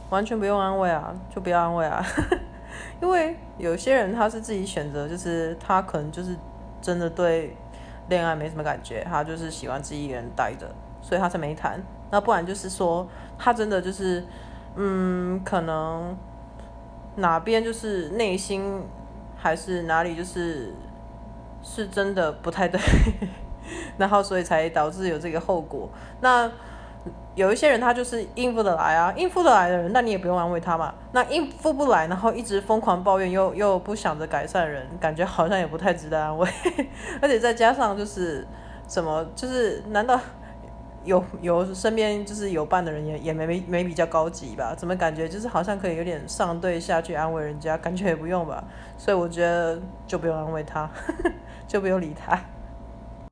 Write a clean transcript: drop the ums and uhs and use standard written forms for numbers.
完全不用安慰啊，就不要安慰啊。因为有些人他是自己选择，就是他可能就是真的对恋爱没什么感觉，他就是喜欢自己一个人待着，所以他才没谈。那不然就是说他真的就是可能哪边就是内心还是哪里是真的不太对，然后所以才导致有这个后果。那有一些人他就是应付得来啊，应付得来的人，那你也不用安慰他嘛。那应付不来，然后一直疯狂抱怨又不想着改善的人，感觉好像也不太值得安慰。而且再加上就是什么，就是难道有身边就是有伴的人也没比较高级吧？怎么感觉就是好像可以有点上对下去安慰人家，感觉也不用吧。所以我觉得就不用安慰他，就不用理他。